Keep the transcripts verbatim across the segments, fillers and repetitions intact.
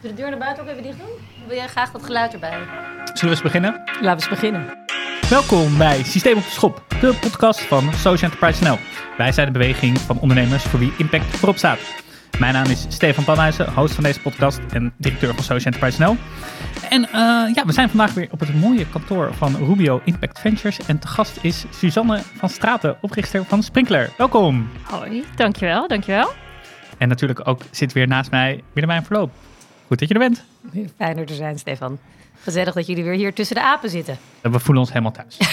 we de deur naar buiten ook even dicht doen? Wil jij graag dat geluid erbij? Zullen we eens beginnen? Laten we eens beginnen. Welkom bij Systeem op de Schop, de podcast van Social Enterprise punt n l. Wij zijn de beweging van ondernemers voor wie impact voorop staat. Mijn naam is Stefan Panhuizen, host van deze podcast en directeur van Social Enterprise punt n l. En uh, ja, we zijn vandaag weer op het mooie kantoor van Rubio Impact Ventures. En te gast is Suzanne van Straten, oprichter van Sprinklr. Welkom. Hoi, dankjewel, dankjewel. En natuurlijk ook zit weer naast mij Willemijn Verloop. Goed dat je er bent. Fijn er te zijn, Stefan. Gezellig dat jullie weer hier tussen de apen zitten. We voelen ons helemaal thuis.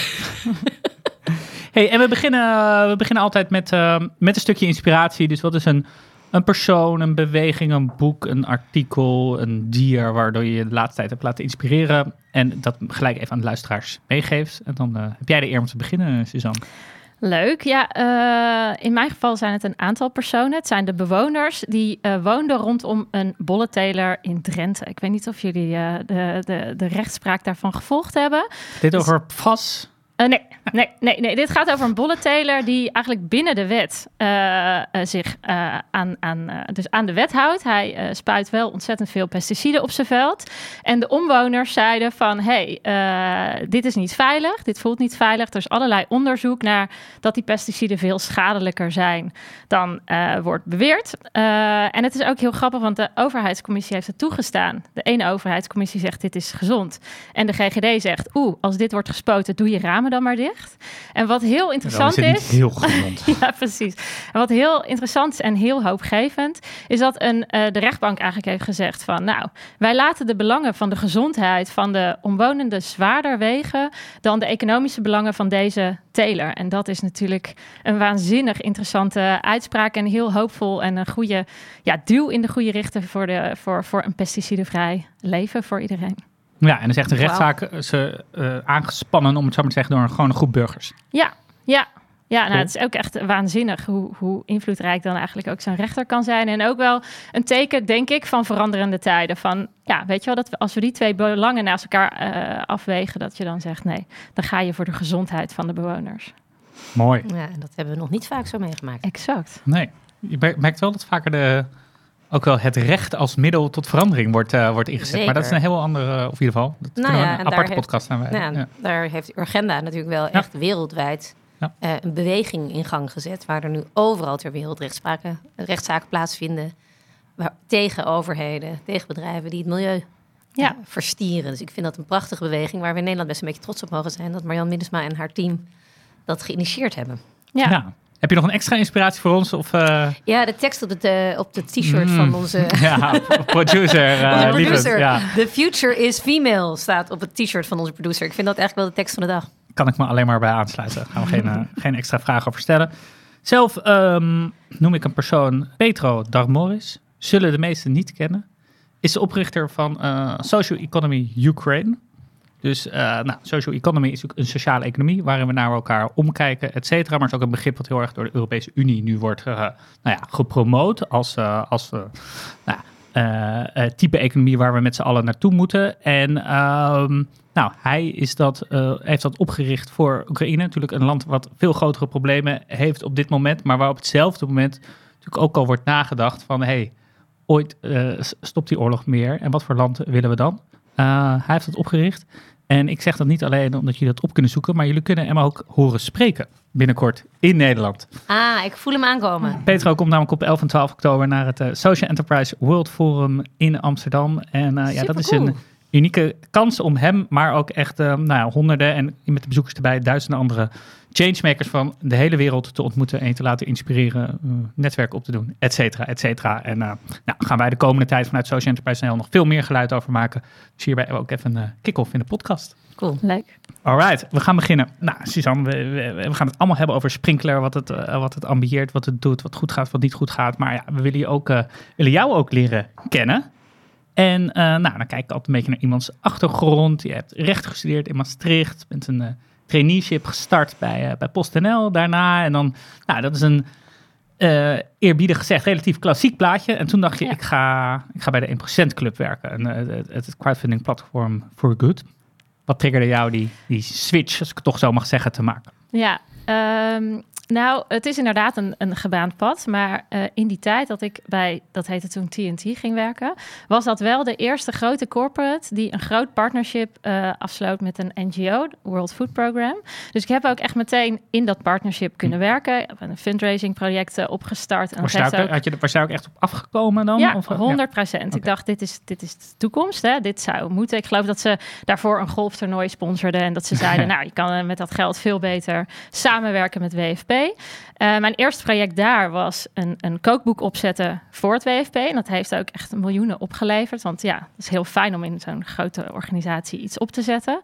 Hey, en we beginnen, we beginnen altijd met, uh, met een stukje inspiratie. Dus wat is een, een persoon, een beweging, een boek, een artikel, een dier waardoor je je de laatste tijd hebt laten inspireren. En dat gelijk even aan de luisteraars meegeeft. En dan uh, heb jij de eer om te beginnen, Suzanne. Leuk. Ja, uh, in mijn geval zijn het een aantal personen. Het zijn de bewoners die uh, woonden rondom een bollenteler in Drenthe. Ik weet niet of jullie uh, de, de, de rechtspraak daarvan gevolgd hebben. Dit over P F A S? Uh, nee, nee, nee, nee, dit gaat over een bollenteler die eigenlijk binnen de wet uh, uh, zich uh, aan, aan, uh, dus aan de wet houdt. Hij uh, spuit wel ontzettend veel pesticiden op zijn veld. En de omwoners zeiden van, hé, hey, uh, dit is niet veilig, dit voelt niet veilig. Er is allerlei onderzoek naar dat die pesticiden veel schadelijker zijn dan uh, wordt beweerd. Uh, en het is ook heel grappig, want de overheidscommissie heeft het toegestaan. De ene overheidscommissie zegt, dit is gezond. En de G G D zegt, oeh, als dit wordt gespoten, doe je ramen dan maar dicht. En wat heel interessant nou, is... is... heel gezond. Ja, precies. En wat heel interessant is en heel hoopgevend... is dat een, uh, de rechtbank eigenlijk heeft gezegd van... nou, wij laten de belangen van de gezondheid van de omwonenden zwaarder wegen... dan de economische belangen van deze teler. En dat is natuurlijk een waanzinnig interessante uitspraak... en heel hoopvol en een goede ja, duw in de goede richting... voor, de, voor, voor een pesticidenvrij leven voor iedereen. Ja, en er is echt een rechtszaak wow. ze, uh, aangespannen, om het zo maar te zeggen, door een, gewoon een groep burgers. Ja, ja. Ja, nou, cool. Het is ook echt waanzinnig hoe, hoe invloedrijk dan eigenlijk ook zo'n rechter kan zijn. En ook wel een teken, denk ik, van veranderende tijden. Van, ja, weet je wel, dat we, als we die twee belangen naast elkaar uh, afwegen, dat je dan zegt, nee, dan ga je voor de gezondheid van de bewoners. Mooi. Ja, en dat hebben we nog niet vaak zo meegemaakt. Exact. Nee, je merkt wel dat vaker de... ook wel het recht als middel tot verandering wordt, uh, wordt ingezet. Zeker. Maar dat is een heel andere, of in ieder geval, dat nou kunnen ja, we een aparte heeft, podcast aan wijden. Nou ja, ja. Daar heeft Urgenda natuurlijk wel ja. echt wereldwijd ja. uh, een beweging in gang gezet... waar er nu overal ter wereld rechtszaken, rechtszaken plaatsvinden... Waar, tegen overheden, tegen bedrijven die het milieu ja. uh, verstieren. Dus ik vind dat een prachtige beweging... waar we in Nederland best een beetje trots op mogen zijn... dat Marjan Minnesma en haar team dat geïnitieerd hebben. Ja. ja. Heb je nog een extra inspiratie voor ons? Of, uh... Ja, de tekst op het, uh, op de t-shirt mm. van onze... ja, producer. Uh, onze producer. Ja. The future is female staat op het t-shirt van onze producer. Ik vind dat eigenlijk wel de tekst van de dag. Kan ik me alleen maar bij aansluiten. Daar gaan we geen, uh, geen extra vragen over stellen. Zelf um, noem ik een persoon Petro Darmoris. Zullen de meesten niet kennen. Is de oprichter van uh, Social Economy Ukraine. Dus uh, nou, social economy is natuurlijk een sociale economie waarin we naar elkaar omkijken, et cetera. Maar het is ook een begrip wat heel erg door de Europese Unie nu wordt uh, nou ja, gepromoot als, uh, als uh, nou, uh, uh, type economie waar we met z'n allen naartoe moeten. En um, nou, hij is dat, uh, heeft dat opgericht voor Oekraïne. Natuurlijk een land wat veel grotere problemen heeft op dit moment, maar waar op hetzelfde moment natuurlijk ook al wordt nagedacht van hey, ooit uh, stopt die oorlog meer en wat voor land willen we dan? Uh, hij heeft het opgericht. En ik zeg dat niet alleen omdat jullie dat op kunnen zoeken, maar jullie kunnen hem ook horen spreken binnenkort in Nederland. Ah, ik voel hem aankomen. Petro komt namelijk op elf en twaalf oktober naar het uh, Social Enterprise World Forum in Amsterdam. En uh, ja, dat is een unieke kans om hem, maar ook echt uh, nou ja, honderden en met de bezoekers erbij duizenden andere changemakers van de hele wereld te ontmoeten en te laten inspireren, uh, netwerk op te doen, et cetera, et cetera. En uh, nou, gaan wij de komende tijd vanuit Social Enterprise punt n l nog veel meer geluid over maken. Dus hierbij ook even een uh, kick-off in de podcast. Cool. Leuk. Alright, we gaan beginnen. Nou, Suzanne, we, we, we gaan het allemaal hebben over Sprinklr, wat het, uh, wat het ambieert, wat het doet, wat goed gaat, wat niet goed gaat. Maar ja, we willen, je ook, uh, willen jou ook leren kennen. En uh, nou, dan kijk ik altijd een beetje naar iemands achtergrond. Je hebt recht gestudeerd in Maastricht, bent een uh, traineeship gestart bij, uh, bij PostNL daarna. En dan, nou, dat is een uh, eerbiedig gezegd relatief klassiek plaatje. En toen dacht je, ja. ik, ga, ik ga bij de één procent Club werken. Een, uh, het, het crowdfunding platform For Good. Wat triggerde jou die, die switch, als ik het toch zo mag zeggen, te maken? Ja, um, Nou, het is inderdaad een, een gebaand pad. Maar uh, in die tijd dat ik bij, dat heette toen T en T, ging werken, was dat wel de eerste grote corporate die een groot partnership uh, afsloot met een N G O, World Food Program. Dus ik heb ook echt meteen in dat partnership kunnen werken. Ik heb een fundraising project opgestart. En was, daar ook, ook, had je, was daar ook echt op afgekomen dan? Ja, of, honderd procent. Ja. Okay. Ik dacht, dit is, dit is de toekomst. Hè? Dit zou moeten. Ik geloof dat ze daarvoor een golftoernooi sponsorden en dat ze zeiden, nou, je kan met dat geld veel beter samenwerken met W F P. Uh, mijn eerste project daar was een, een kookboek opzetten voor het W F P. En dat heeft ook echt miljoenen opgeleverd. Want ja, het is heel fijn om in zo'n grote organisatie iets op te zetten.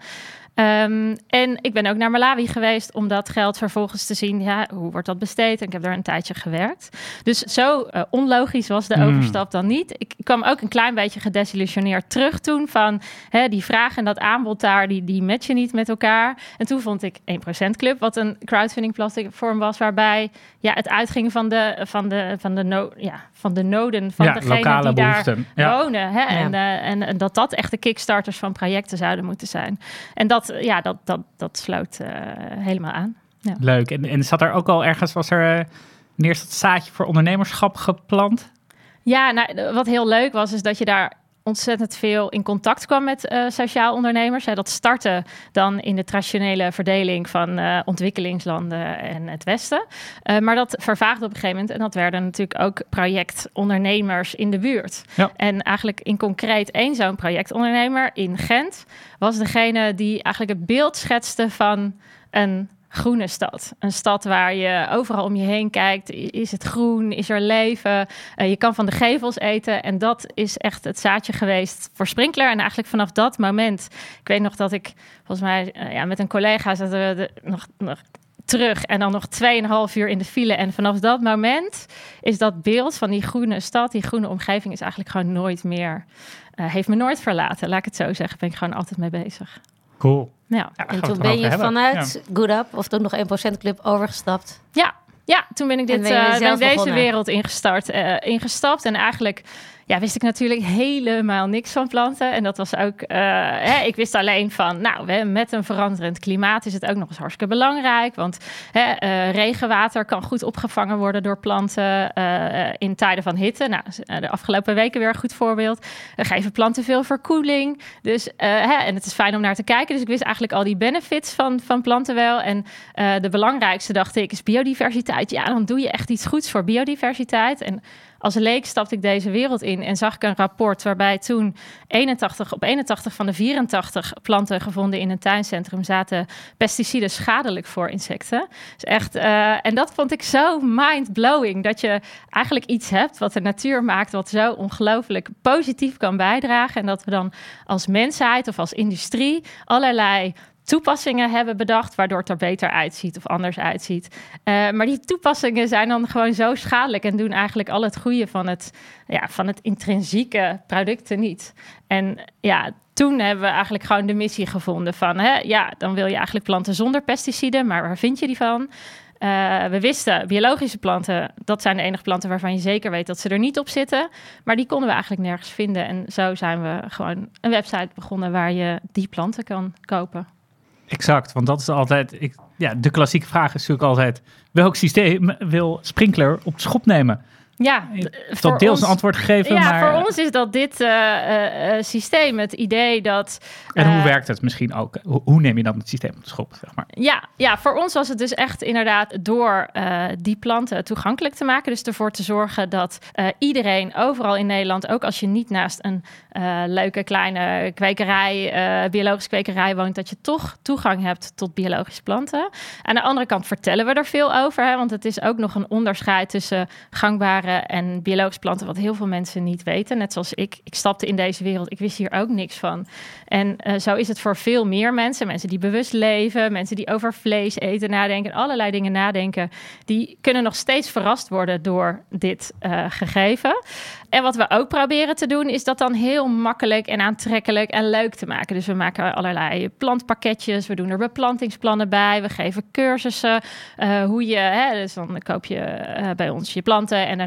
Um, en ik ben ook naar Malawi geweest om dat geld vervolgens te zien. Ja, hoe wordt dat besteed? En ik heb daar een tijdje gewerkt. Dus zo uh, onlogisch was de mm. overstap dan niet. Ik kwam ook een klein beetje gedesillusioneerd terug toen van hè, die vraag en dat aanbod daar, die, die matchen niet met elkaar. En toen vond ik één procent Club, wat een crowdfunding platform was, waarbij ja, het uitging van de, van de, van de, no, ja, van de noden van ja, degenen die behoeften. daar ja. wonen. Hè? Ja. En, uh, en, en dat dat echt de kickstarters van projecten zouden moeten zijn. En dat ja, dat, dat, dat sloot uh, helemaal aan. Ja. Leuk. En, en zat er ook al ergens, was er uh, eerst dat zaadje voor ondernemerschap geplant? Ja, nou, wat heel leuk was, is dat je daar ontzettend veel in contact kwam met uh, sociaal ondernemers. Hè, dat startte dan in de traditionele verdeling van uh, ontwikkelingslanden en het Westen. Uh, maar dat vervaagde op een gegeven moment. En dat werden natuurlijk ook projectondernemers in de buurt. Ja. En eigenlijk in concreet één zo'n projectondernemer in Gent was degene die eigenlijk het beeld schetste van een groene stad. Een stad waar je overal om je heen kijkt. Is het groen? Is er leven? Uh, je kan van de gevels eten. En dat is echt het zaadje geweest voor Sprinkler. En eigenlijk vanaf dat moment... Ik weet nog dat ik volgens mij uh, ja, met een collega zaten we de, nog, nog terug. En dan nog tweeënhalf uur in de file. En vanaf dat moment is dat beeld van die groene stad, die groene omgeving, is eigenlijk gewoon nooit meer... Uh, heeft me nooit verlaten. Laat ik het zo zeggen. Ben ik gewoon altijd mee bezig. Cool. Ja. Ja, en toen ben je vanuit ja. Good Up of toen nog één procent Club overgestapt. Ja, ja, toen ben ik dit, ben uh, ben deze begonnen. wereld ingestart, uh, ingestapt. En eigenlijk ja, wist ik natuurlijk helemaal niks van planten. En dat was ook... Uh, hè, ik wist alleen van... Nou, hè, met een veranderend klimaat is het ook nog eens hartstikke belangrijk. Want hè, uh, regenwater kan goed opgevangen worden door planten uh, in tijden van hitte. Nou, de afgelopen weken weer een goed voorbeeld. Uh, geven planten veel verkoeling. Dus, uh, hè, en het is fijn om naar te kijken. Dus ik wist eigenlijk al die benefits van, van planten wel. En uh, de belangrijkste, dacht ik, is biodiversiteit. Ja, dan doe je echt iets goeds voor biodiversiteit. En als leek stapte ik deze wereld in en zag ik een rapport waarbij toen eenentachtig op eenentachtig van de vierentachtig planten gevonden in een tuincentrum zaten pesticiden schadelijk voor insecten. Dus echt, uh, en dat vond ik zo mind-blowing, dat je eigenlijk iets hebt wat de natuur maakt wat zo ongelooflijk positief kan bijdragen en dat we dan als mensheid of als industrie allerlei toepassingen hebben bedacht, waardoor het er beter uitziet of anders uitziet. Uh, maar die toepassingen zijn dan gewoon zo schadelijk en doen eigenlijk al het goede van het, ja, van het intrinsieke producten niet. En ja, toen hebben we eigenlijk gewoon de missie gevonden van, hè, ja, dan wil je eigenlijk planten zonder pesticiden, maar waar vind je die van? Uh, we wisten, biologische planten, dat zijn de enige planten waarvan je zeker weet dat ze er niet op zitten. Maar die konden we eigenlijk nergens vinden. En zo zijn we gewoon een website begonnen waar je die planten kan kopen. Exact, want dat is altijd... Ik, ja, de klassieke vraag is natuurlijk altijd... welk systeem wil Sprinkler op de schop nemen? Ja, voor dat deels ons, een antwoord gegeven, ja, maar... voor ons is dat dit uh, uh, systeem, het idee dat... Uh, en hoe werkt het misschien ook? Hoe, hoe neem je dan het systeem op de schop, zeg maar? Ja, ja, voor ons was het dus echt inderdaad door uh, die planten toegankelijk te maken. Dus ervoor te zorgen dat uh, iedereen overal in Nederland, ook als je niet naast een uh, leuke kleine kwekerij, uh, biologische kwekerij woont, dat je toch toegang hebt tot biologische planten. Aan de andere kant vertellen we er veel over, hè, want het is ook nog een onderscheid tussen gangbare en biologische planten, wat heel veel mensen niet weten. Net zoals ik. Ik stapte in deze wereld. Ik wist hier ook niks van. En uh, zo is het voor veel meer mensen. Mensen die bewust leven, mensen die over vlees eten nadenken, allerlei dingen nadenken. Die kunnen nog steeds verrast worden door dit uh, gegeven. En wat we ook proberen te doen, is dat dan heel makkelijk en aantrekkelijk en leuk te maken. Dus we maken allerlei plantpakketjes. We doen er beplantingsplannen bij. We geven cursussen. Uh, hoe je, hè, dus dan koop je uh, bij ons je planten en daarna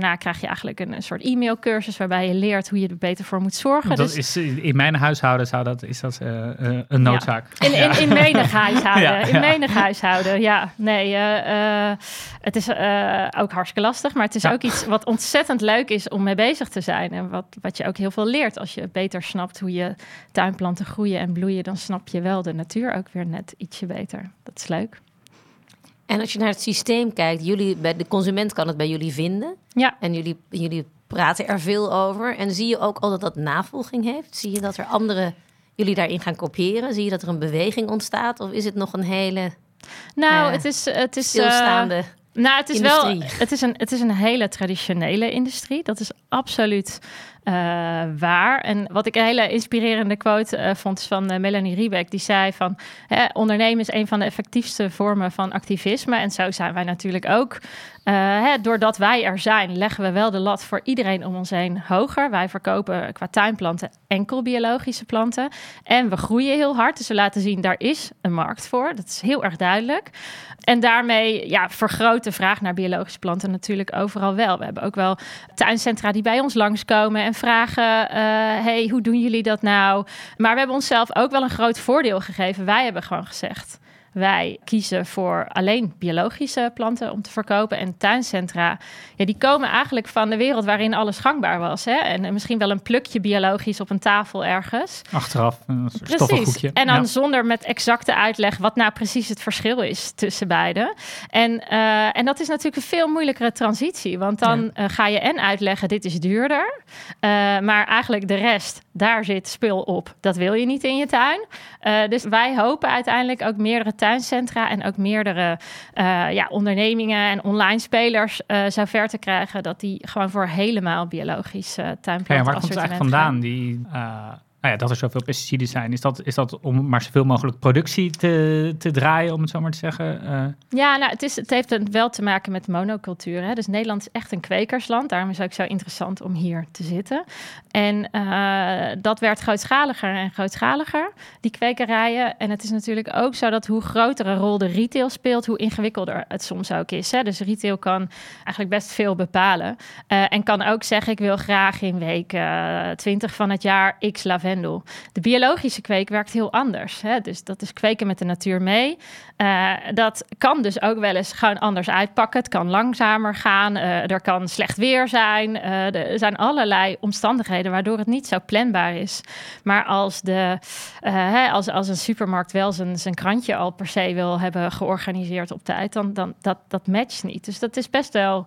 daarna krijg je eigenlijk een, een soort e-mailcursus waarbij je leert hoe je er beter voor moet zorgen. Dat dus, is, in mijn huishouden zou dat, is dat uh, uh, een noodzaak. Ja. In, in, in menig huishouden. Ja, in ja. menig huishouden, ja. Nee, uh, uh, het is uh, ook hartstikke lastig, maar het is ja. ook iets wat ontzettend leuk is om mee bezig te zijn. En wat, wat je ook heel veel leert. Als je beter snapt hoe je tuinplanten groeien en bloeien, dan snap je wel de natuur ook weer net ietsje beter. Dat is leuk. En als je naar het systeem kijkt, jullie, bij de consument kan het bij jullie vinden. Ja. En jullie, jullie praten er veel over. En zie je ook al dat dat navolging heeft? Zie je dat er anderen jullie daarin gaan kopiëren? Zie je dat er een beweging ontstaat? Of is het nog een hele nou, uh, het is, het is, stilstaande uh, nou, het is industrie? wel, het is, een, het is een hele traditionele industrie. Dat is absoluut uh, waar. En wat ik een hele inspirerende quote uh, vond is van uh, Melanie Riebeck. Die zei van, hè, ondernemen is een van de effectiefste vormen van activisme. En zo zijn wij natuurlijk ook. Uh, hè, doordat wij er zijn, leggen we wel de lat voor iedereen om ons heen hoger. Wij verkopen qua tuinplanten enkel biologische planten. En we groeien heel hard. Dus we laten zien, daar is een markt voor. Dat is heel erg duidelijk. En daarmee ja, vergroot de vraag naar biologische planten natuurlijk overal wel. We hebben ook wel tuincentra die bij ons langskomen en vragen, uh, hey, hoe doen jullie dat nou? Maar we hebben onszelf ook wel een groot voordeel gegeven. Wij hebben gewoon gezegd, wij kiezen voor alleen biologische planten om te verkopen. En tuincentra, ja, die komen eigenlijk van de wereld waarin alles gangbaar was. Hè? En misschien wel een plukje biologisch op een tafel ergens. Achteraf, een Precies. En dan ja. zonder met exacte uitleg wat nou precies het verschil is tussen beide. En, uh, en dat is natuurlijk een veel moeilijkere transitie. Want dan ja. uh, ga je en uitleggen, dit is duurder. Uh, maar eigenlijk de rest, daar zit spul op. Dat wil je niet in je tuin. Uh, dus wij hopen uiteindelijk ook meerdere tuincentra en ook meerdere uh, ja, ondernemingen en online spelers uh, zover te krijgen dat die gewoon voor helemaal biologisch uh, tuinplanten ja, waar komt het eigenlijk vandaan? Die, uh, nou ja, dat er zoveel pesticiden zijn. Is dat, is dat om maar zoveel mogelijk productie te, te draaien, om het zo maar te zeggen? Uh... Ja, nou, het, is, het heeft wel te maken met monocultuur. Hè? Dus Nederland is echt een kwekersland. Daarom is het ook zo interessant om hier te zitten. En uh, dat werd grootschaliger en grootschaliger, die kwekerijen. En het is natuurlijk ook zo dat hoe grotere rol de retail speelt, hoe ingewikkelder het soms ook is. Hè? Dus retail kan eigenlijk best veel bepalen. Uh, en kan ook zeggen, ik wil graag in week uh, twintig van het jaar x lavendel. De biologische kweek werkt heel anders. Hè? Dus dat is kweken met de natuur mee. Uh, dat kan dus ook wel eens gewoon anders uitpakken. Het kan langzamer gaan. Uh, er kan slecht weer zijn. Uh, er zijn allerlei omstandigheden waardoor het niet zo planbaar is. Maar als, de, uh, hè, als, als een supermarkt wel zijn, zijn krantje al per se wil hebben georganiseerd op tijd, dan, dan dat, dat matcht niet. Dus dat is best wel...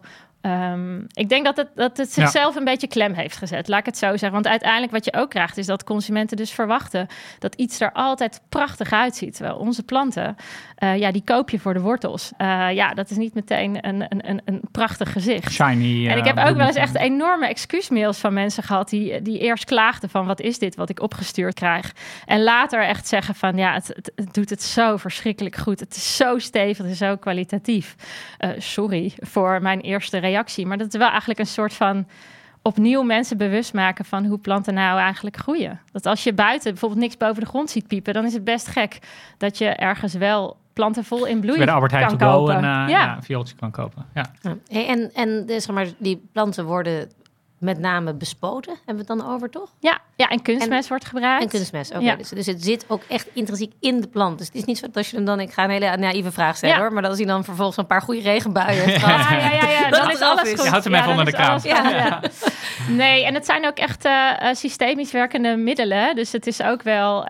Um, ik denk dat het, dat het zichzelf ja. een beetje klem heeft gezet, laat ik het zo zeggen. Want uiteindelijk wat je ook krijgt is dat consumenten dus verwachten dat iets er altijd prachtig uitziet. Terwijl onze planten, uh, ja, die koop je voor de wortels. Uh, ja, dat is niet meteen een, een, een, een prachtig gezicht. Shiny. Uh, en ik heb ook wel eens echt enorme excuusmails van mensen gehad die, die eerst klaagden van wat is dit wat ik opgestuurd krijg. En later echt zeggen van ja, het, het, het doet het zo verschrikkelijk goed. Het is zo stevig en zo kwalitatief. Uh, sorry voor mijn eerste reactie. reactie. Maar dat is wel eigenlijk een soort van opnieuw mensen bewust maken van hoe planten nou eigenlijk groeien. Dat als je buiten bijvoorbeeld niks boven de grond ziet piepen, dan is het best gek dat je ergens wel planten vol in bloei bij de Albert Heijn kan to go kopen. En, uh, ja. ja, een viooltje kan kopen. Ja. Ja. Hey, en en dus, zeg maar, die planten worden met name bespoten, hebben we het dan over, toch? Ja, ja en kunstmest en, wordt gebruikt. En kunstmest, oké. Okay. Ja. Dus, dus het zit ook echt intrinsiek in de plant. Dus het is niet zo dat als je hem dan... Ik ga een hele naïeve vraag stellen, ja. hoor. Maar dat als hij dan vervolgens een paar goede regenbuien heeft gehad. Ja, ja, ja, ja. Dan is alles goed. Je houdt hem ja, even onder de kraan. Ja. Ja. Nee, en het zijn ook echt uh, systemisch werkende middelen. Dus het is ook wel... Uh,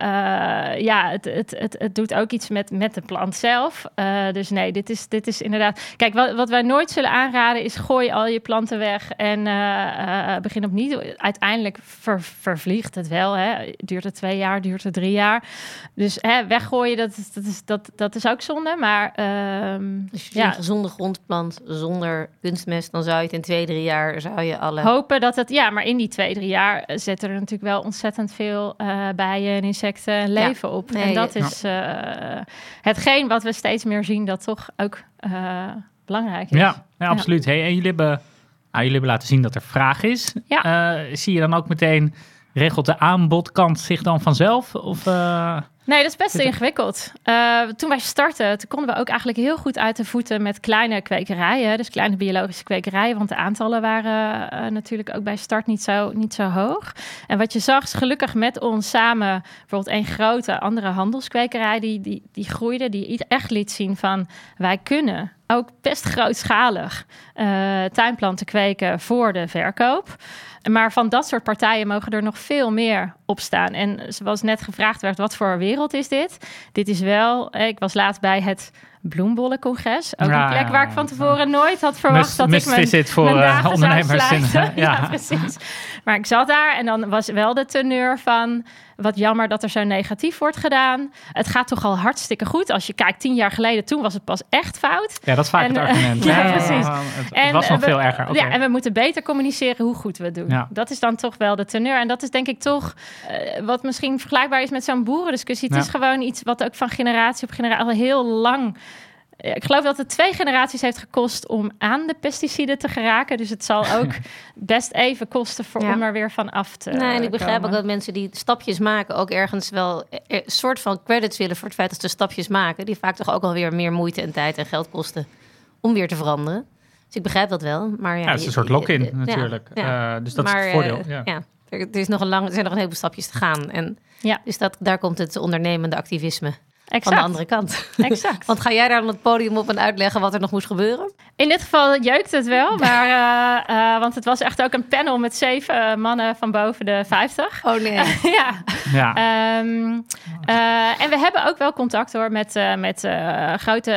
ja, het, het, het, het doet ook iets met, met de plant zelf. Uh, dus nee, dit is, dit is inderdaad... Kijk, wat, wat wij nooit zullen aanraden is gooi al je planten weg en uh, uh, begin opnieuw. Uiteindelijk ver, vervliegt het wel. Hè. Duurt het twee jaar, duurt het drie jaar. Dus hè, weggooien, dat, dat, is, dat, dat is ook zonde. Maar um, als je ja. een gezonde grondplant zonder kunstmest, dan zou je het in twee, drie jaar zou je alle... Hopen dat het... Ja, maar in die twee, drie jaar zetten er natuurlijk wel ontzettend veel uh, bijen en insecten en leven ja. op. Nee, en dat ja. is uh, hetgeen wat we steeds meer zien, dat toch ook uh, belangrijk is. Ja, ja absoluut. Ja. Hey, en jullie hebben... Nou, jullie hebben laten zien dat er vraag is. Ja. Uh, zie je dan ook meteen, regelt de aanbodkant zich dan vanzelf? Of, uh... Nee, dat is best ingewikkeld. Uh, toen wij startten, toen konden we ook eigenlijk heel goed uit de voeten met kleine kwekerijen. Dus kleine biologische kwekerijen, want de aantallen waren uh, natuurlijk ook bij start niet zo, niet zo hoog. En wat je zag, is gelukkig met ons samen bijvoorbeeld een grote andere handelskwekerij die, die, die groeide, die echt liet zien van wij kunnen ook best grootschalig uh, tuinplanten kweken voor de verkoop. Maar van dat soort partijen mogen er nog veel meer op staan. En zoals net gevraagd werd, wat voor wereld is dit? Dit is wel, ik was laatst bij het Bloembollencongres. Ook ja, een plek waar ik van tevoren ja. nooit had verwacht must, dat must ik mijn, visit voor mijn dagen uh, ondernemers zou in, ja. ja, precies. Maar ik zat daar en dan was wel de teneur van wat jammer dat er zo negatief wordt gedaan. Het gaat toch al hartstikke goed. Als je kijkt, tien jaar geleden, toen was het pas echt fout. Ja, dat is vaak en, het argument. ja, ja, precies. Ja, het, het en was nog we, veel erger. Okay. Ja, en we moeten beter communiceren hoe goed we het doen. Ja. Dat is dan toch wel de teneur. En dat is denk ik toch uh, wat misschien vergelijkbaar is met zo'n boerendiscussie. Het ja. is gewoon iets wat ook van generatie op generatie al heel lang... Ik geloof dat het twee generaties heeft gekost om aan de pesticiden te geraken. Dus het zal ook best even kosten voor ja. om er weer van af te Nee, en ik begrijp komen. ook dat mensen die stapjes maken ook ergens wel een soort van credits willen voor het feit dat ze stapjes maken. Die vaak toch ook alweer meer moeite en tijd en geld kosten om weer te veranderen. Dus ik begrijp dat wel. Maar ja, ja, het is een soort lock-in uh, natuurlijk. Ja, ja. Uh, dus dat maar, is het voordeel. Uh, ja. ja. Er, is nog een lang, er zijn nog een heleboel stapjes te gaan. En ja. Dus dat, daar komt het ondernemende activisme. Exact. Van de andere kant. Exact. Want ga jij daar dan het podium op en uitleggen wat er nog moest gebeuren? In dit geval jeukt het wel, maar uh, uh, want het was echt ook een panel met zeven mannen van boven de vijftig. Oh nee. Uh, ja. ja. Um, uh, en we hebben ook wel contact hoor met, uh, met uh, grote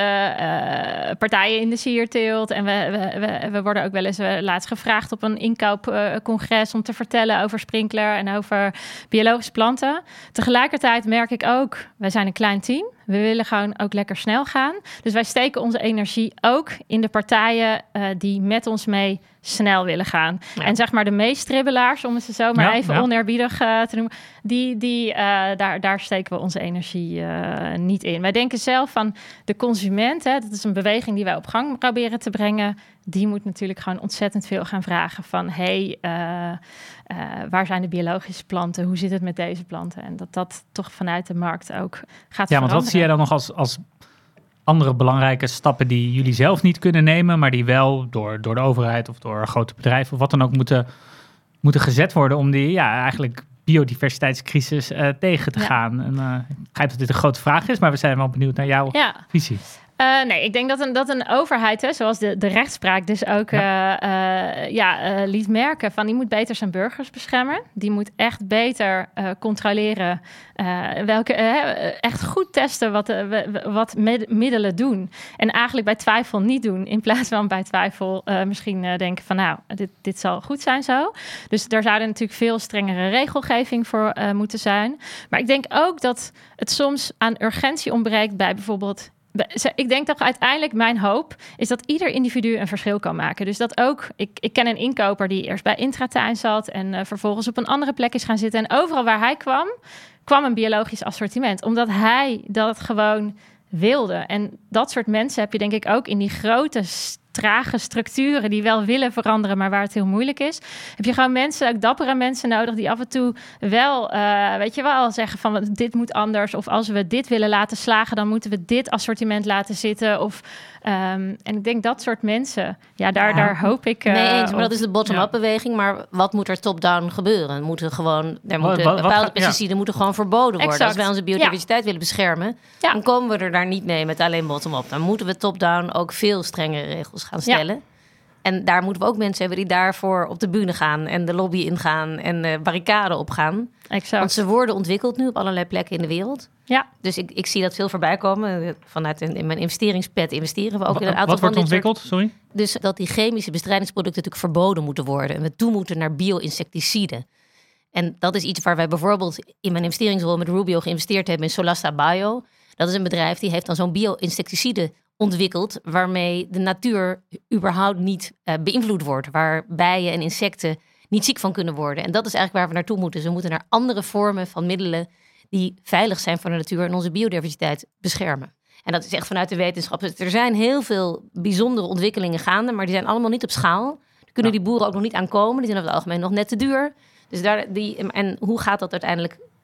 uh, partijen in de sierteelt. En we, we, we, we worden ook wel eens uh, laatst gevraagd op een inkoopcongres uh, om te vertellen over sprinkler en over biologische planten. Tegelijkertijd merk ik ook, wij zijn een klein team. We willen gewoon ook lekker snel gaan. Dus wij steken onze energie ook in de partijen uh, die met ons mee snel willen gaan. Ja. En zeg maar de meestribbelaars, om het zo maar ja, even ja. oneerbiedig uh, te noemen, die, die, uh, daar, daar steken we onze energie uh, niet in. Wij denken zelf van de consument, hè, dat is een beweging die wij op gang proberen te brengen, die moet natuurlijk gewoon ontzettend veel gaan vragen van hey, uh, uh, waar zijn de biologische planten? Hoe zit het met deze planten? En dat dat toch vanuit de markt ook gaat ja, veranderen. Want wat zie jij dan nog als, als andere belangrijke stappen die jullie zelf niet kunnen nemen, maar die wel door, door de overheid of door grote bedrijven of wat dan ook moeten, moeten gezet worden om die ja, eigenlijk biodiversiteitscrisis uh, tegen te ja. gaan? En, uh, ik begrijp dat dit een grote vraag is, maar we zijn wel benieuwd naar jouw ja. visie. Uh, nee, ik denk dat een, dat een overheid, hè, zoals de, de rechtspraak dus ook ja. Uh, uh, ja, uh, liet merken, van die moet beter zijn burgers beschermen. Die moet echt beter uh, controleren, uh, welke, uh, echt goed testen wat, uh, wat med- middelen doen. En eigenlijk bij twijfel niet doen, in plaats van bij twijfel uh, misschien uh, denken van nou, dit, dit zal goed zijn zo. Dus daar zouden natuurlijk veel strengere regelgeving voor uh, moeten zijn. Maar ik denk ook dat het soms aan urgentie ontbreekt bij bijvoorbeeld... Ik denk dat uiteindelijk mijn hoop is dat ieder individu een verschil kan maken. Dus dat ook, ik, ik ken een inkoper die eerst bij Intratuin zat en uh, vervolgens op een andere plek is gaan zitten. En overal waar hij kwam, kwam een biologisch assortiment. Omdat hij dat gewoon wilde. En dat soort mensen heb je denk ik ook in die grote trage structuren die wel willen veranderen, maar waar het heel moeilijk is. Heb je gewoon mensen, ook dappere mensen nodig die af en toe wel, uh, weet je wel, zeggen van dit moet anders. Of als we dit willen laten slagen, dan moeten we dit assortiment laten zitten. Of, um, en ik denk dat soort mensen, ja, daar, ja. daar hoop ik... Uh, nee, eens, maar dat is de bottom-up ja. beweging. Maar wat moet er top-down gebeuren? Moeten gewoon, er moeten wat, wat, bepaalde wat, pesticiden ja. moeten gewoon verboden worden. Exact. Als wij onze biodiversiteit ja. willen beschermen, ja. dan komen we er daar niet mee met alleen bottom-up. Dan moeten we top-down ook veel strengere regels gaan stellen. Ja. En daar moeten we ook mensen hebben die daarvoor op de bühne gaan en de lobby ingaan en de barricade opgaan. Exact. Want ze worden ontwikkeld nu op allerlei plekken in de wereld. Ja. Dus ik, ik zie dat veel voorbij komen. Vanuit in, in mijn investeringspad investeren we ook in een aantal Wat van wordt ontwikkeld? Soort, Sorry? Dus dat die chemische bestrijdingsproducten natuurlijk verboden moeten worden. En we toe moeten naar bio-insecticiden. En dat is iets waar wij bijvoorbeeld in mijn investeringsrol met Rubio geïnvesteerd hebben in Solasta Bio. Dat is een bedrijf die heeft dan zo'n bio-insecticide ontwikkeld, waarmee de natuur überhaupt niet uh, beïnvloed wordt. Waar bijen en insecten niet ziek van kunnen worden. En dat is eigenlijk waar we naartoe moeten. Dus we moeten naar andere vormen van middelen die veilig zijn voor de natuur en onze biodiversiteit beschermen. En dat is echt vanuit de wetenschap. Dus er zijn heel veel bijzondere ontwikkelingen gaande, maar die zijn allemaal niet op schaal. Daar kunnen ja. die boeren ook nog niet aankomen. Die zijn over het algemeen nog net te duur. Dus daar, die, en hoe gaat dat uiteindelijk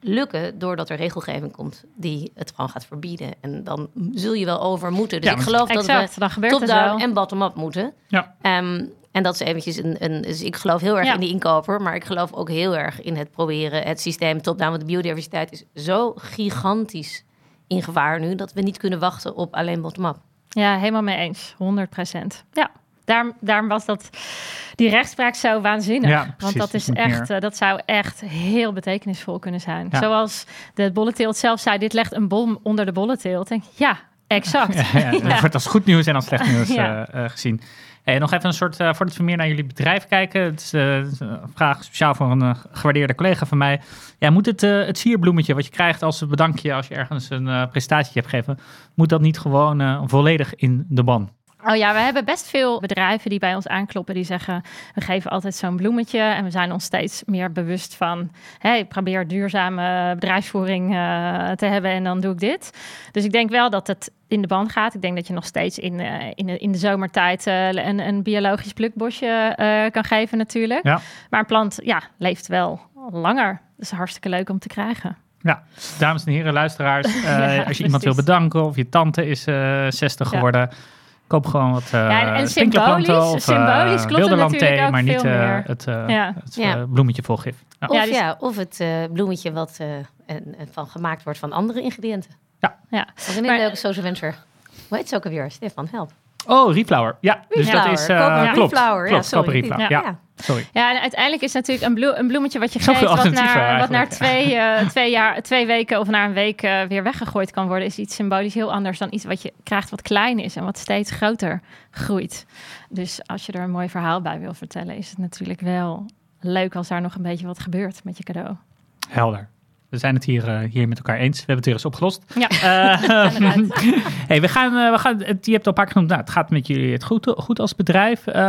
lukken doordat er regelgeving komt die het gewoon gaat verbieden. En dan zul je wel over moeten. Dus ja, ik geloof exact, dat we top-down en bottom-up moeten. Ja. Um, en dat is eventjes een... een dus ik geloof heel erg ja. in die inkoper, maar ik geloof ook heel erg in het proberen, het systeem top-down. Want de biodiversiteit is zo gigantisch in gevaar nu, dat we niet kunnen wachten op alleen bottom-up. Ja, helemaal mee eens. honderd procent. Ja. Daarom, daarom was dat die rechtspraak zo waanzinnig. Ja, precies, want dat is echt, uh, dat zou echt heel betekenisvol kunnen zijn. Ja. Zoals de bollenteelt zelf zei, dit legt een bom onder de bollenteelt. Denk ja, exact. Ja, ja, ja. Dat wordt als goed nieuws en als slecht nieuws ja. uh, uh, gezien. Hey, nog even een soort, uh, voordat we meer naar jullie bedrijf kijken. Het is uh, een vraag speciaal voor een uh, gewaardeerde collega van mij. Ja, moet het, uh, het sierbloemetje wat je krijgt als bedankje als je ergens een uh, presentatie hebt gegeven, moet dat niet gewoon uh, volledig in de ban? Oh ja, we hebben best veel bedrijven die bij ons aankloppen. Die zeggen, we geven altijd zo'n bloemetje. En we zijn ons steeds meer bewust van, hey, ik probeer duurzame bedrijfsvoering uh, te hebben en dan doe ik dit. Dus ik denk wel dat het in de ban gaat. Ik denk dat je nog steeds in, uh, in, de, in de zomertijd uh, een, een biologisch plukbosje uh, kan geven natuurlijk. Ja. Maar een plant ja, leeft wel langer. Dat is hartstikke leuk om te krijgen. Ja, dames en heren luisteraars. Uh, ja, als je precies. iemand wil bedanken of je tante is uh, zestig geworden, ja. koop gewoon wat uh, ja, en symbolisch, of symbolisch klopt het natuurlijk ook maar niet uh, het, uh, ja. het uh, ja. bloemetje vol gif. Ja. Of, ja, dus, ja, of het uh, bloemetje wat uh, en, en van gemaakt wordt van andere ingrediënten. Ja. ja. Dat is een hele leuke social venture. Hoe heet het ook alweer? Stefan, help. Oh, Reflower. Ja, dus Reflower. dat is uh, ja. klopt. Reflower. Klopt, ja, sorry. Reflower. Ja. Ja. Sorry. Ja, en uiteindelijk is het natuurlijk een, bloe- een bloemetje wat je geeft, wat naar, wat naar twee, uh, twee, jaar, twee weken of na een week uh, weer weggegooid kan worden, is iets symbolisch heel anders dan iets wat je krijgt wat klein is en wat steeds groter groeit. Dus als je er een mooi verhaal bij wil vertellen, is het natuurlijk wel leuk als daar nog een beetje wat gebeurt met je cadeau. Helder. We zijn het hier, uh, hier met elkaar eens. We hebben het weer eens opgelost. Ja, uh, hey, we gaan, uh, we gaan, je hebt het al een paar keer genoemd. Nou, het gaat met jullie het goed, goed als bedrijf. Uh,